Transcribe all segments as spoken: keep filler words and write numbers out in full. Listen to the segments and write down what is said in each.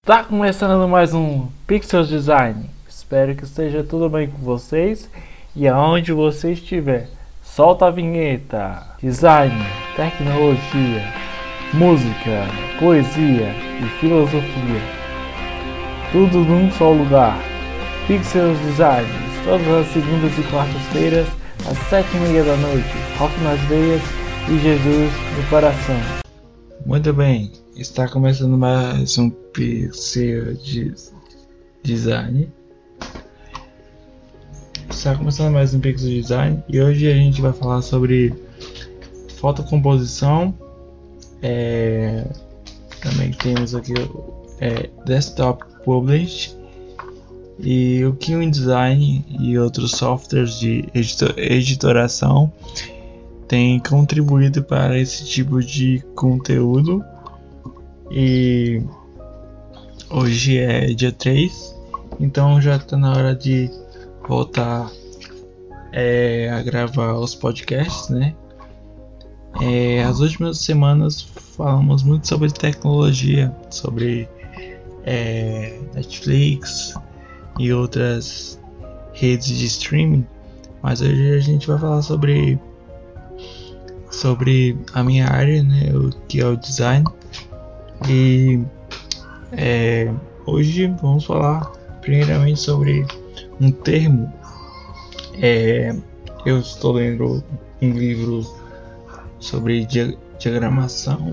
Está começando mais um Pixel Design. Espero que esteja tudo bem com vocês e aonde você estiver. Solta a vinheta. Design, tecnologia, música, poesia e filosofia. Tudo num só lugar. Pixel Design, todas as segundas e quartas-feiras às sete e meia da noite. Rock nas veias e Jesus no coração. Muito bem, está começando mais um Pixel Design. Está começando mais um Pixel Design e hoje a gente vai falar sobre fotocomposição. É, também temos aqui é, Desktop Publish e o que o InDesign e outros softwares de editor, editoração têm contribuído para esse tipo de conteúdo. E hoje é dia três, então já está na hora de voltar é, a gravar os podcasts, né? É, as últimas semanas falamos muito sobre tecnologia, sobre é, Netflix e outras redes de streaming, mas hoje a gente vai falar sobre sobre a minha área, né, o que é o design. E é, hoje vamos falar primeiramente sobre um termo. É, eu estou lendo um livro sobre dia, diagramação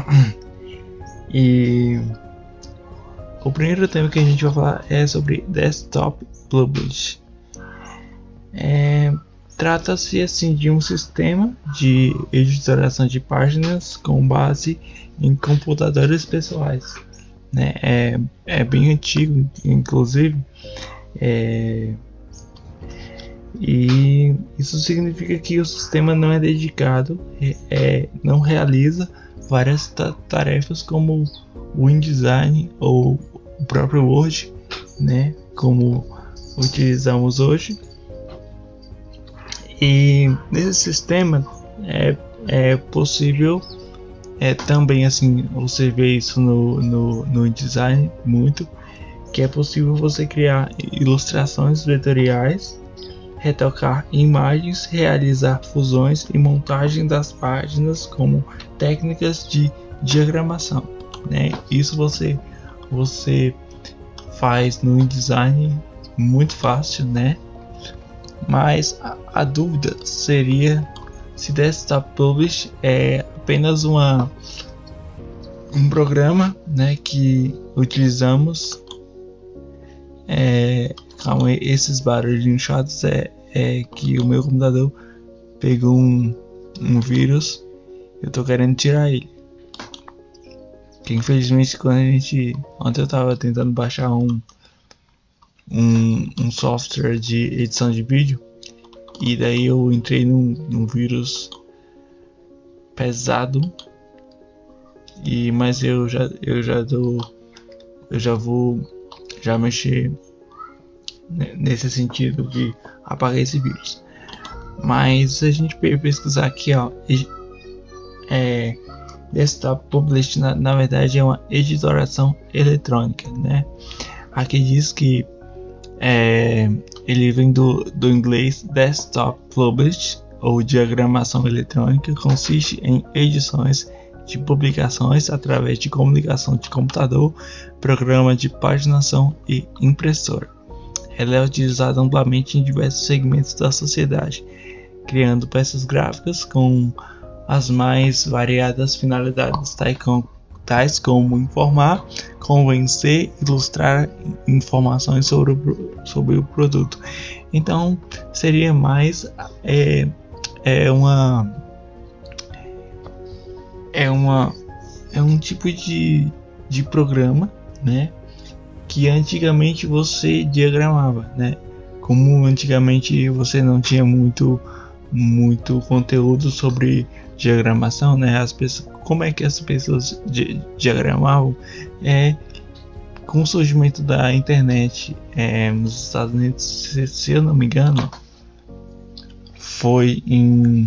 e o primeiro tema que a gente vai falar é sobre Desktop Publish. É, Trata-se assim de um sistema de editoração de páginas com base em computadores pessoais, né? É, é bem antigo, inclusive, é, e isso significa que o sistema não é dedicado, é, é, não realiza várias ta- tarefas como o InDesign ou o próprio Word, né? Como utilizamos hoje. E nesse sistema é, é possível é, também, assim, você vê isso no, no, no InDesign muito, que é possível você criar ilustrações vetoriais, retocar imagens, realizar fusões e montagem das páginas como técnicas de diagramação, né? Isso você, você faz no InDesign muito fácil, né? Mas a, a dúvida seria se Desktop Publish é apenas uma, um programa, né, que utilizamos. É, calma aí, esses barulhinhos chatos é, é que o meu computador pegou um, um vírus. Eu tô querendo tirar ele. Que infelizmente quando a gente. Ontem eu tava tentando baixar um. Um, um software de edição de vídeo e daí eu entrei num, num vírus pesado e mas eu já eu já dou eu já vou já mexer nesse sentido de apagar esse vírus. Mas se a gente pesquisar aqui, ó, é, Desktop Publish na, na verdade é uma editoração eletrônica, né? Aqui diz que É, ele vem do, do inglês Desktop Publish, ou diagramação eletrônica, consiste em edições de publicações através de comunicação de computador, programa de paginação e impressora. Ela é utilizada amplamente em diversos segmentos da sociedade, criando peças gráficas com as mais variadas finalidades, tais como informar, convencer, ilustrar informações sobre o, sobre o produto. Então seria mais é, é uma é uma é um tipo de, de programa, né, que antigamente você diagramava, né? Como antigamente você não tinha muito muito conteúdo sobre diagramação, né? As pessoas, como é que as pessoas di- diagramavam? É, com o surgimento da internet é, nos Estados Unidos, se, se eu não me engano, foi em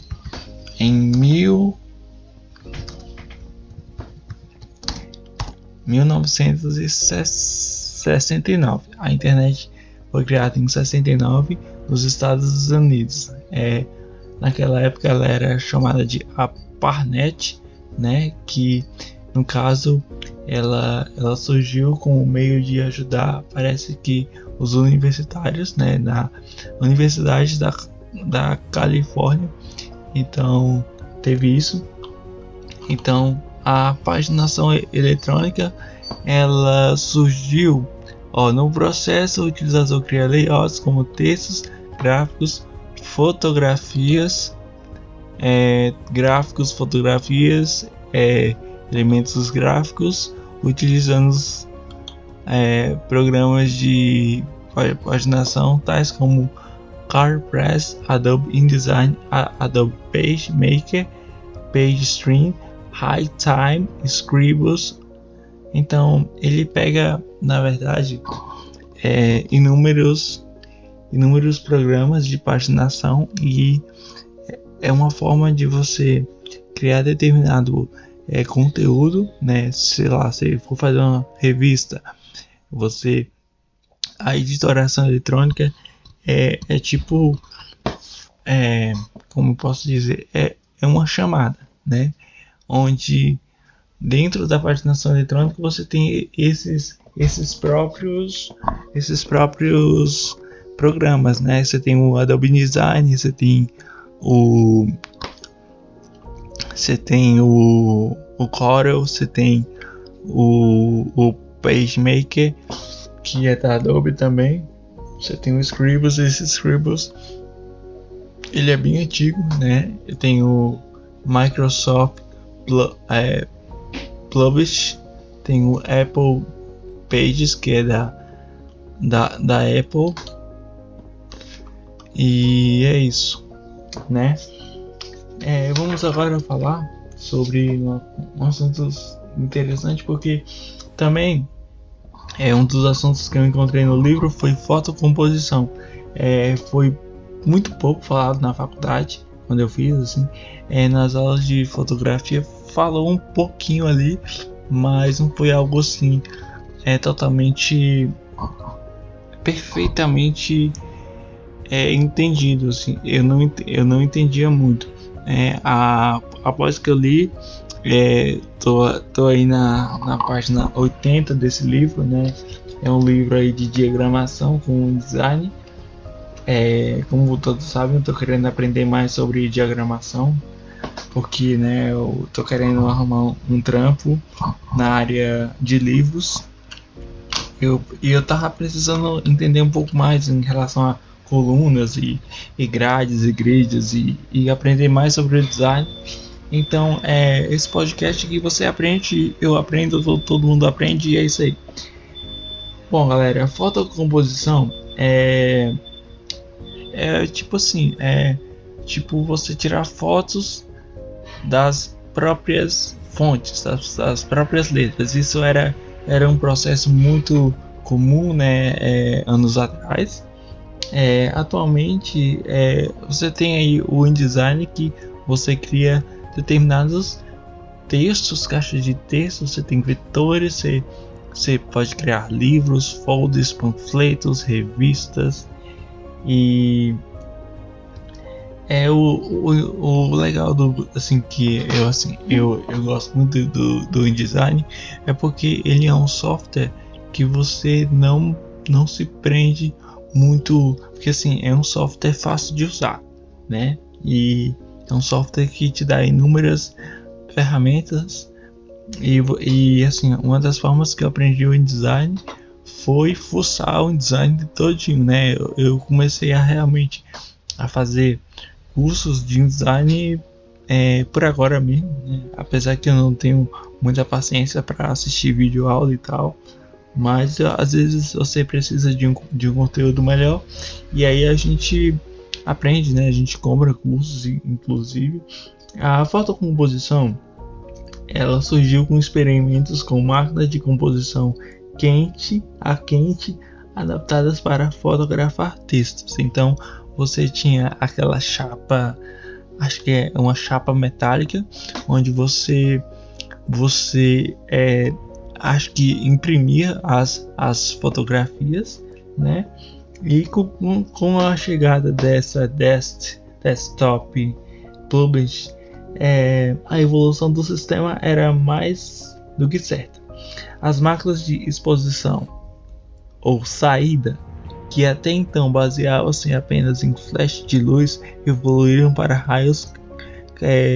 em mil mil novecentos e sessenta e nove. A internet foi criada em sessenta e nove nos Estados Unidos. É, naquela época ela era chamada de ARPANET, né? Que no caso ela, ela surgiu como meio de ajudar, parece que os universitários, né, na Universidade da, da Califórnia. Então teve isso. Então a paginação eletrônica ela surgiu, ó, no processo o utilizador cria layouts como textos, gráficos, fotografias, é, gráficos, fotografias, é, elementos gráficos, utilizando é, programas de paginação tais como ColorPress, Adobe InDesign, Adobe PageMaker, PageStream, HighTime, Scribbles. Então ele pega, na verdade, é, inúmeros, inúmeros programas de paginação e é uma forma de você criar determinado é, conteúdo, né? Sei lá, se for fazer uma revista, você a editoração eletrônica é, é tipo, é, como posso dizer, é, é uma chamada, né? Onde dentro da paginação eletrônica você tem esses esses próprios esses próprios programas, né? Você tem o Adobe InDesign, você tem o você tem o o Corel, você tem o o PageMaker, que é da Adobe também. Você tem o Scribbles, esse Scribbles ele é bem antigo, né? Eu tenho o Microsoft é, Publish, tem o Apple Pages, que é da, da, da Apple, e é isso, né? É, vamos agora falar sobre um, um assunto interessante, porque também é um dos assuntos que eu encontrei no livro foi fotocomposição. É, foi muito pouco falado na faculdade quando eu fiz, assim, é, nas aulas de fotografia falou um pouquinho ali, mas não foi algo assim é totalmente perfeitamente é, entendido, assim. Eu não eu não entendia muito. É, a, após que eu li, é, tô, tô aí na, na página oitenta desse livro, né? É um livro aí de diagramação com design. É, como todos sabem, eu tô querendo aprender mais sobre diagramação, porque, né, eu tô querendo arrumar um, um trampo na área de livros. Eu, e eu tava precisando entender um pouco mais em relação a colunas e, e grades e grids e, e aprender mais sobre o design. Então, é, esse podcast que você aprende, eu aprendo, todo, todo mundo aprende, e é isso aí. Bom, galera, a fotocomposição é, é tipo assim, é tipo você tirar fotos das próprias fontes, das, das próprias letras. Isso era, era um processo muito comum, né, é, anos atrás. É, atualmente, é, você tem aí o InDesign, que você cria determinados textos, caixas de texto, você tem vetores, você, você pode criar livros, folders, panfletos, revistas. E é o, o, o legal do, assim, que eu assim eu, eu gosto muito do, do InDesign, é porque ele é um software que você não não se prende muito, porque assim é um software fácil de usar, né? E é um software que te dá inúmeras ferramentas. E, e assim, uma das formas que eu aprendi o InDesign foi fuçar o InDesign todinho, né? Eu, eu comecei a realmente a fazer cursos de InDesign é, por agora mesmo, né? Apesar que eu não tenho muita paciência para assistir vídeo aula e tal, mas às vezes você precisa de um, de um conteúdo melhor, e aí a gente aprende, né? A gente compra cursos, inclusive. A fotocomposição ela surgiu com experimentos com máquinas de composição quente a quente adaptadas para fotografar textos. Então você tinha aquela chapa, acho que é uma chapa metálica, onde você você é, acho que imprimir as, as fotografias, né? E com, com a chegada dessa dest, desktop publish, é, a evolução do sistema era mais do que certa. As máquinas de exposição ou saída, que até então baseavam-se apenas em flash de luz, evoluíram para raios é,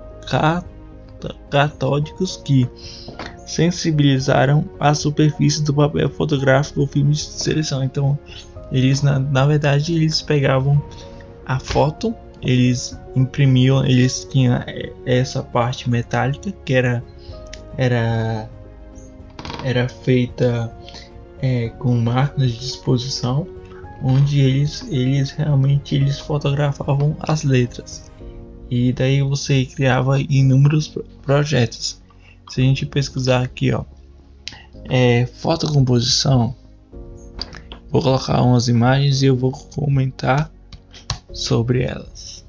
catódicos que sensibilizaram a superfície do papel fotográfico ou filme de seleção. Então, eles na, na verdade eles pegavam a foto, eles imprimiam, eles tinham essa parte metálica que era era era feita é, com máquinas de exposição, onde eles eles realmente eles fotografavam as letras, e daí você criava inúmeros projetos. Se a gente pesquisar aqui, ó, é, fotocomposição, vou colocar umas imagens e eu vou comentar sobre elas.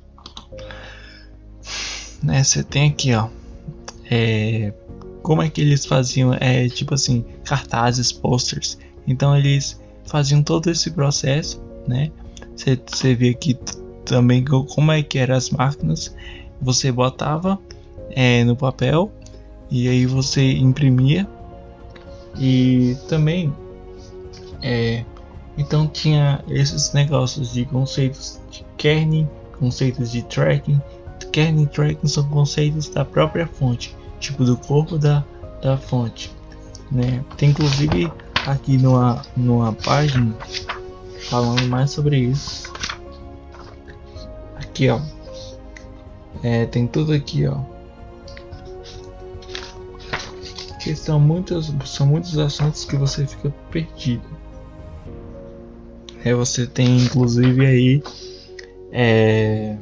Né, você tem aqui, ó, é, como é que eles faziam, é tipo assim, cartazes, posters. Então eles faziam todo esse processo, né? Você, você vê aqui também como é que eram as máquinas. Você botava é, no papel e aí você imprimia. E também é, então tinha esses negócios de conceitos de kerning, conceitos de tracking. Kerning e tracking são conceitos da própria fonte, tipo do corpo da, da fonte, né? Tem inclusive aqui numa, numa página falando mais sobre isso. Aqui, ó, é, tem tudo aqui, ó, que são muitos, são muitos assuntos que você fica perdido. É, você tem inclusive aí é,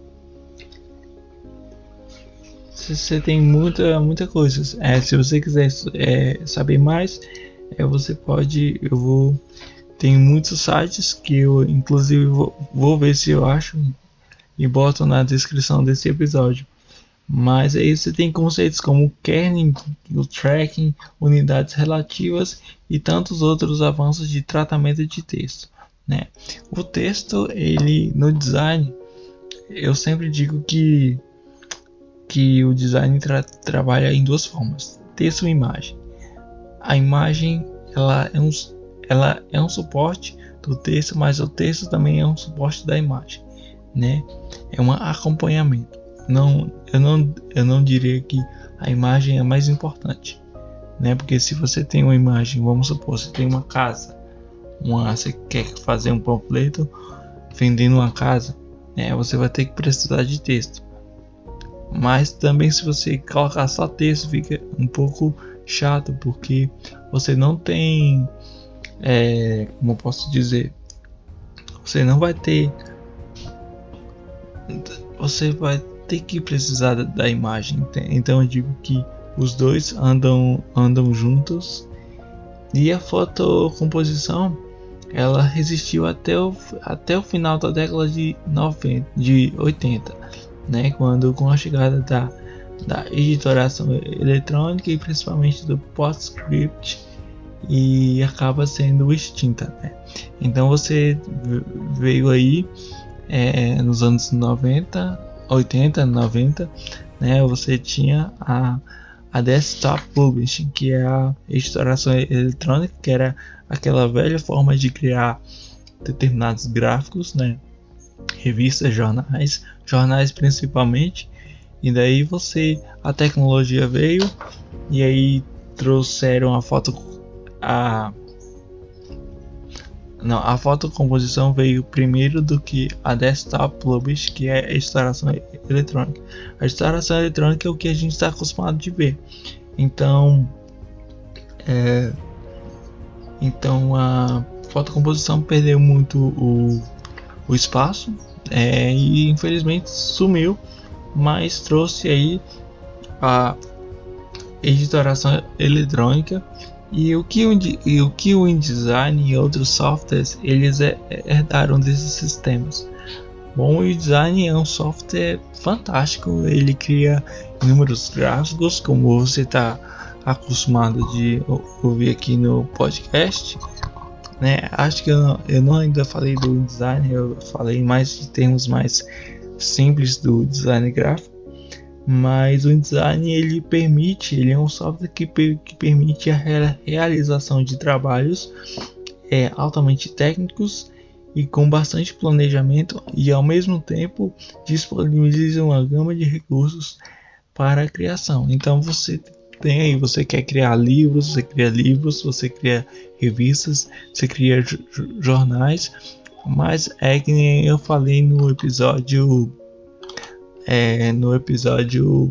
você tem muita muita coisa. É, se você quiser é, saber mais, é, você pode, eu vou, tem muitos sites que eu inclusive vou, vou ver se eu acho e boto na descrição desse episódio. Mas aí você tem conceitos como kerning, o tracking, unidades relativas e tantos outros avanços de tratamento de texto, né? O texto, ele no design, eu sempre digo que que o design tra trabalha em duas formas: texto e imagem. A imagem, ela é um ela é um suporte do texto, mas o texto também é um suporte da imagem, né? É um acompanhamento. Não, eu não, eu não diria que a imagem é mais importante, né? Porque se você tem uma imagem, vamos supor, você tem uma casa, uma, você quer fazer um panfleto vendendo uma casa, né? Você vai ter que precisar de texto. Mas também, se você colocar só texto, fica um pouco chato, porque você não tem, é, como eu posso dizer, você não vai ter, você vai ter que precisar da, da imagem. Então eu digo que os dois andam andam juntos. E a fotocomposição, ela resistiu até o, até o final da década de noventa, de oitenta, né? Quando com a chegada da, da editoração eletrônica e principalmente do PostScript, e acaba sendo extinta, né? Então você veio aí é, nos anos noventa, oitenta, noventa, né? Você tinha a, a Desktop Publishing, que é a editoração eletrônica, que era aquela velha forma de criar determinados gráficos, né? Revistas, jornais, jornais principalmente. E daí você, a tecnologia veio e aí trouxeram a foto, a não, a fotocomposição veio primeiro do que a Desktop Publish, que é a editoração eletrônica. A editoração eletrônica é o que a gente está acostumado de ver. Então, é, então a fotocomposição perdeu muito o, o espaço, é, e infelizmente sumiu, mas trouxe aí a editoração eletrônica. E o que o, e o que o InDesign e outros softwares eles herdaram desses sistemas? Bom, o InDesign é um software fantástico, ele cria inúmeros gráficos, como você está acostumado de ouvir aqui no podcast, né? Acho que eu não, eu não ainda falei do design, eu falei mais de termos mais simples do design gráfico, mas o InDesign ele permite, ele é um software que, que permite a realização de trabalhos é, altamente técnicos e com bastante planejamento, e ao mesmo tempo disponibiliza uma gama de recursos para a criação. Então você tem aí, você quer criar livros, você cria livros, você cria revistas, você cria jornais, mas é que nem eu falei no episódio é, no episódio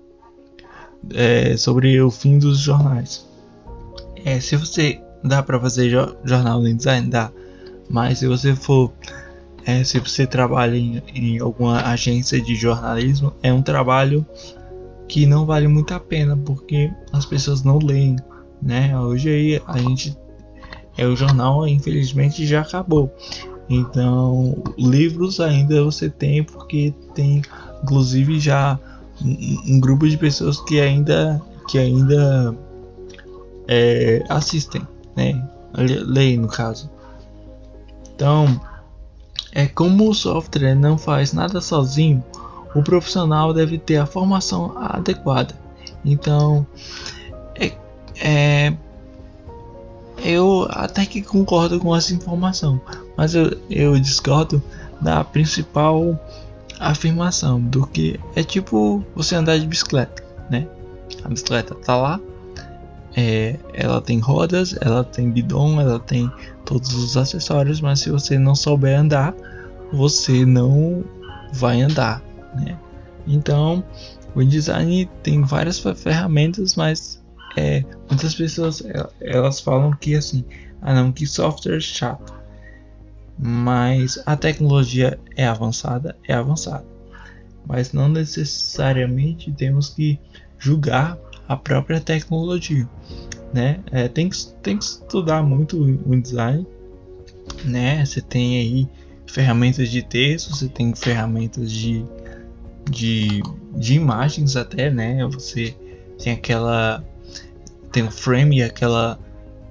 é, sobre o fim dos jornais. É, se você dá para fazer jo- jornal no InDesign, dá. Mas se você for, é, se você trabalha em, em alguma agência de jornalismo, é um trabalho que não vale muito a pena, porque as pessoas não leem, né? Hoje aí a gente, é, o jornal infelizmente já acabou. Então livros ainda você tem, porque tem inclusive já um, um grupo de pessoas que ainda que ainda é, assistem, né? Leem no caso. Então, é como o software não faz nada sozinho, o profissional deve ter a formação adequada. Então, é, é, eu até que concordo com essa informação, mas eu, eu discordo da principal afirmação, do que é tipo você andar de bicicleta, né? A bicicleta tá lá. É, ela tem rodas, ela tem guidão, ela tem todos os acessórios, mas se você não souber andar, você não vai andar, né? Então, o InDesign tem várias ferramentas, mas é, muitas pessoas elas falam que assim, ah não, que software chato. Mas a tecnologia é avançada, é avançada, mas não necessariamente temos que julgar a própria tecnologia, né? É, tem, que, tem que estudar muito o InDesign, né? Você tem aí ferramentas de texto, você tem ferramentas de, de, de imagens até, né? Você tem aquela, tem o frame, aquela,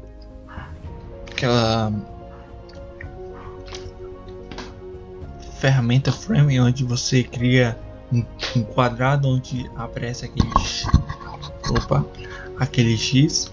aquela ferramenta frame onde você cria um, um quadrado onde aparece aquele opa, aquele X,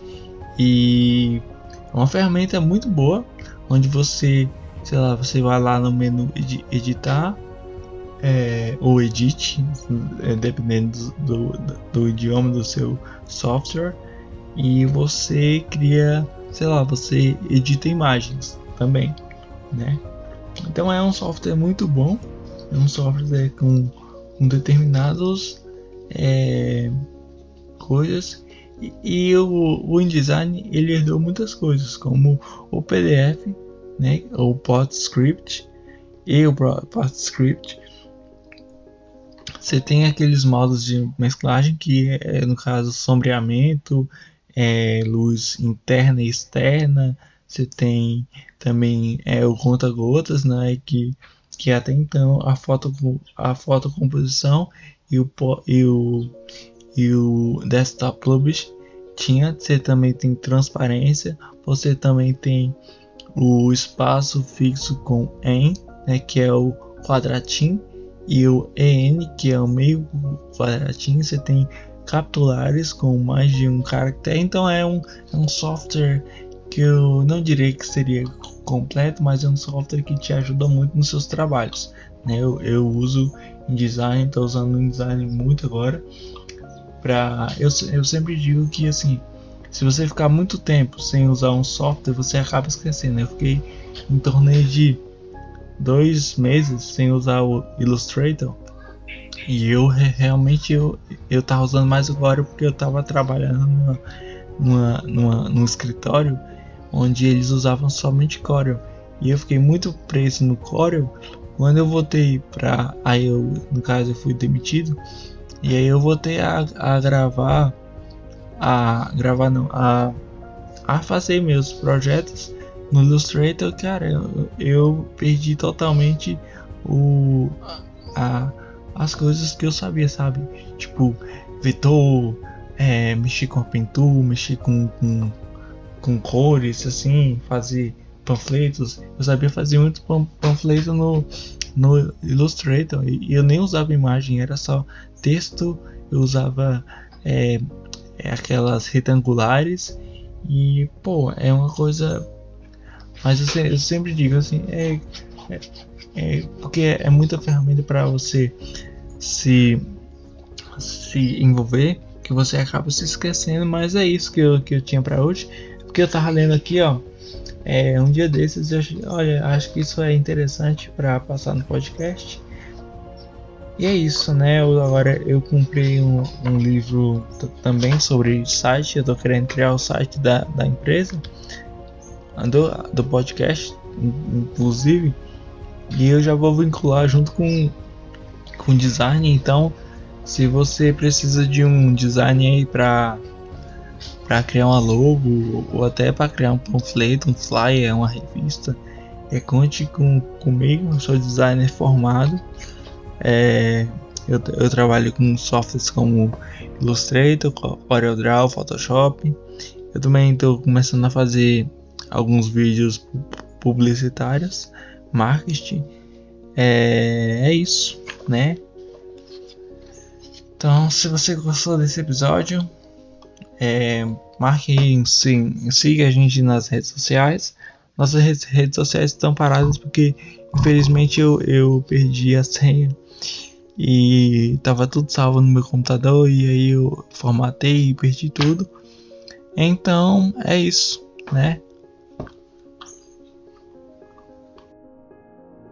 e é uma ferramenta muito boa onde você, sei lá, você vai lá no menu de editar é, ou edit, é, dependendo do, do, do idioma do seu software, e você cria, sei lá, você edita imagens também, né? Então é um software muito bom, é um software com, com determinados é, coisas, e, e o, o InDesign ele herdou muitas coisas, como o P D F, né, o PostScript e o PostScript. Você tem aqueles modos de mesclagem que é, no caso, sombreamento, é, luz interna e externa. Você tem também é, o conta-gotas, né, que, que até então a, foto, a fotocomposição e o, e o e o Desktop Publish tinha. Você também tem transparência, você também tem o espaço fixo com en, né, que é o quadratinho, e o en, que é o meio quadratinho. Você tem capitulares com mais de um caractere. Então é um, é um software que eu não diria que seria completo, mas é um software que te ajuda muito nos seus trabalhos, né? eu, eu uso InDesign, estou usando o InDesign muito agora. Pra, eu, eu sempre digo que assim, se você ficar muito tempo sem usar um software, você acaba esquecendo. Eu fiquei em torno de dois meses sem usar o Illustrator, e eu realmente eu, eu tava usando mais agora porque eu tava trabalhando numa, numa, numa, num escritório onde eles usavam somente Corel, e eu fiquei muito preso no Corel. Quando eu voltei para, aí eu, no caso eu fui demitido, e aí eu voltei a, a gravar, a gravar não, a, a fazer meus projetos no Illustrator. Cara, eu, eu perdi totalmente o, a, as coisas que eu sabia, sabe? Tipo, vetor, é, mexer com a pintura, mexer com, com, com cores, assim, fazer panfletos. Eu sabia fazer muito panfleto no, no Illustrator e eu nem usava imagem, era só texto. Eu usava é, é, aquelas retangulares e pô, é uma coisa. Mas eu, se, eu sempre digo assim, é, é, é porque é muita ferramenta para você se se envolver que você acaba se esquecendo. Mas é isso que eu, que eu tinha para hoje, porque eu tava lendo aqui, ó, é, um dia desses eu achei, olha, acho que isso é interessante para passar no podcast. E é isso, né? Eu, agora eu comprei um, um livro t- também sobre site. Eu tô querendo criar o site da, da empresa, do, do podcast, inclusive. E eu já vou vincular junto com, com design. Então, se você precisa de um design aí para para criar uma logo ou até para criar um panfleto, um flyer, uma revista, é, conte com, comigo. Eu sou designer formado. É, eu, eu trabalho com softwares como Illustrator, CorelDRAW, Photoshop. Eu também estou começando a fazer alguns vídeos publicitários, marketing. É, é isso, né? Então, se você gostou desse episódio, é, marque aí, sim, siga a gente nas redes sociais. Nossas redes, redes sociais estão paradas porque infelizmente eu, eu perdi a senha e tava tudo salvo no meu computador, e aí eu formatei e perdi tudo. Então é isso, né?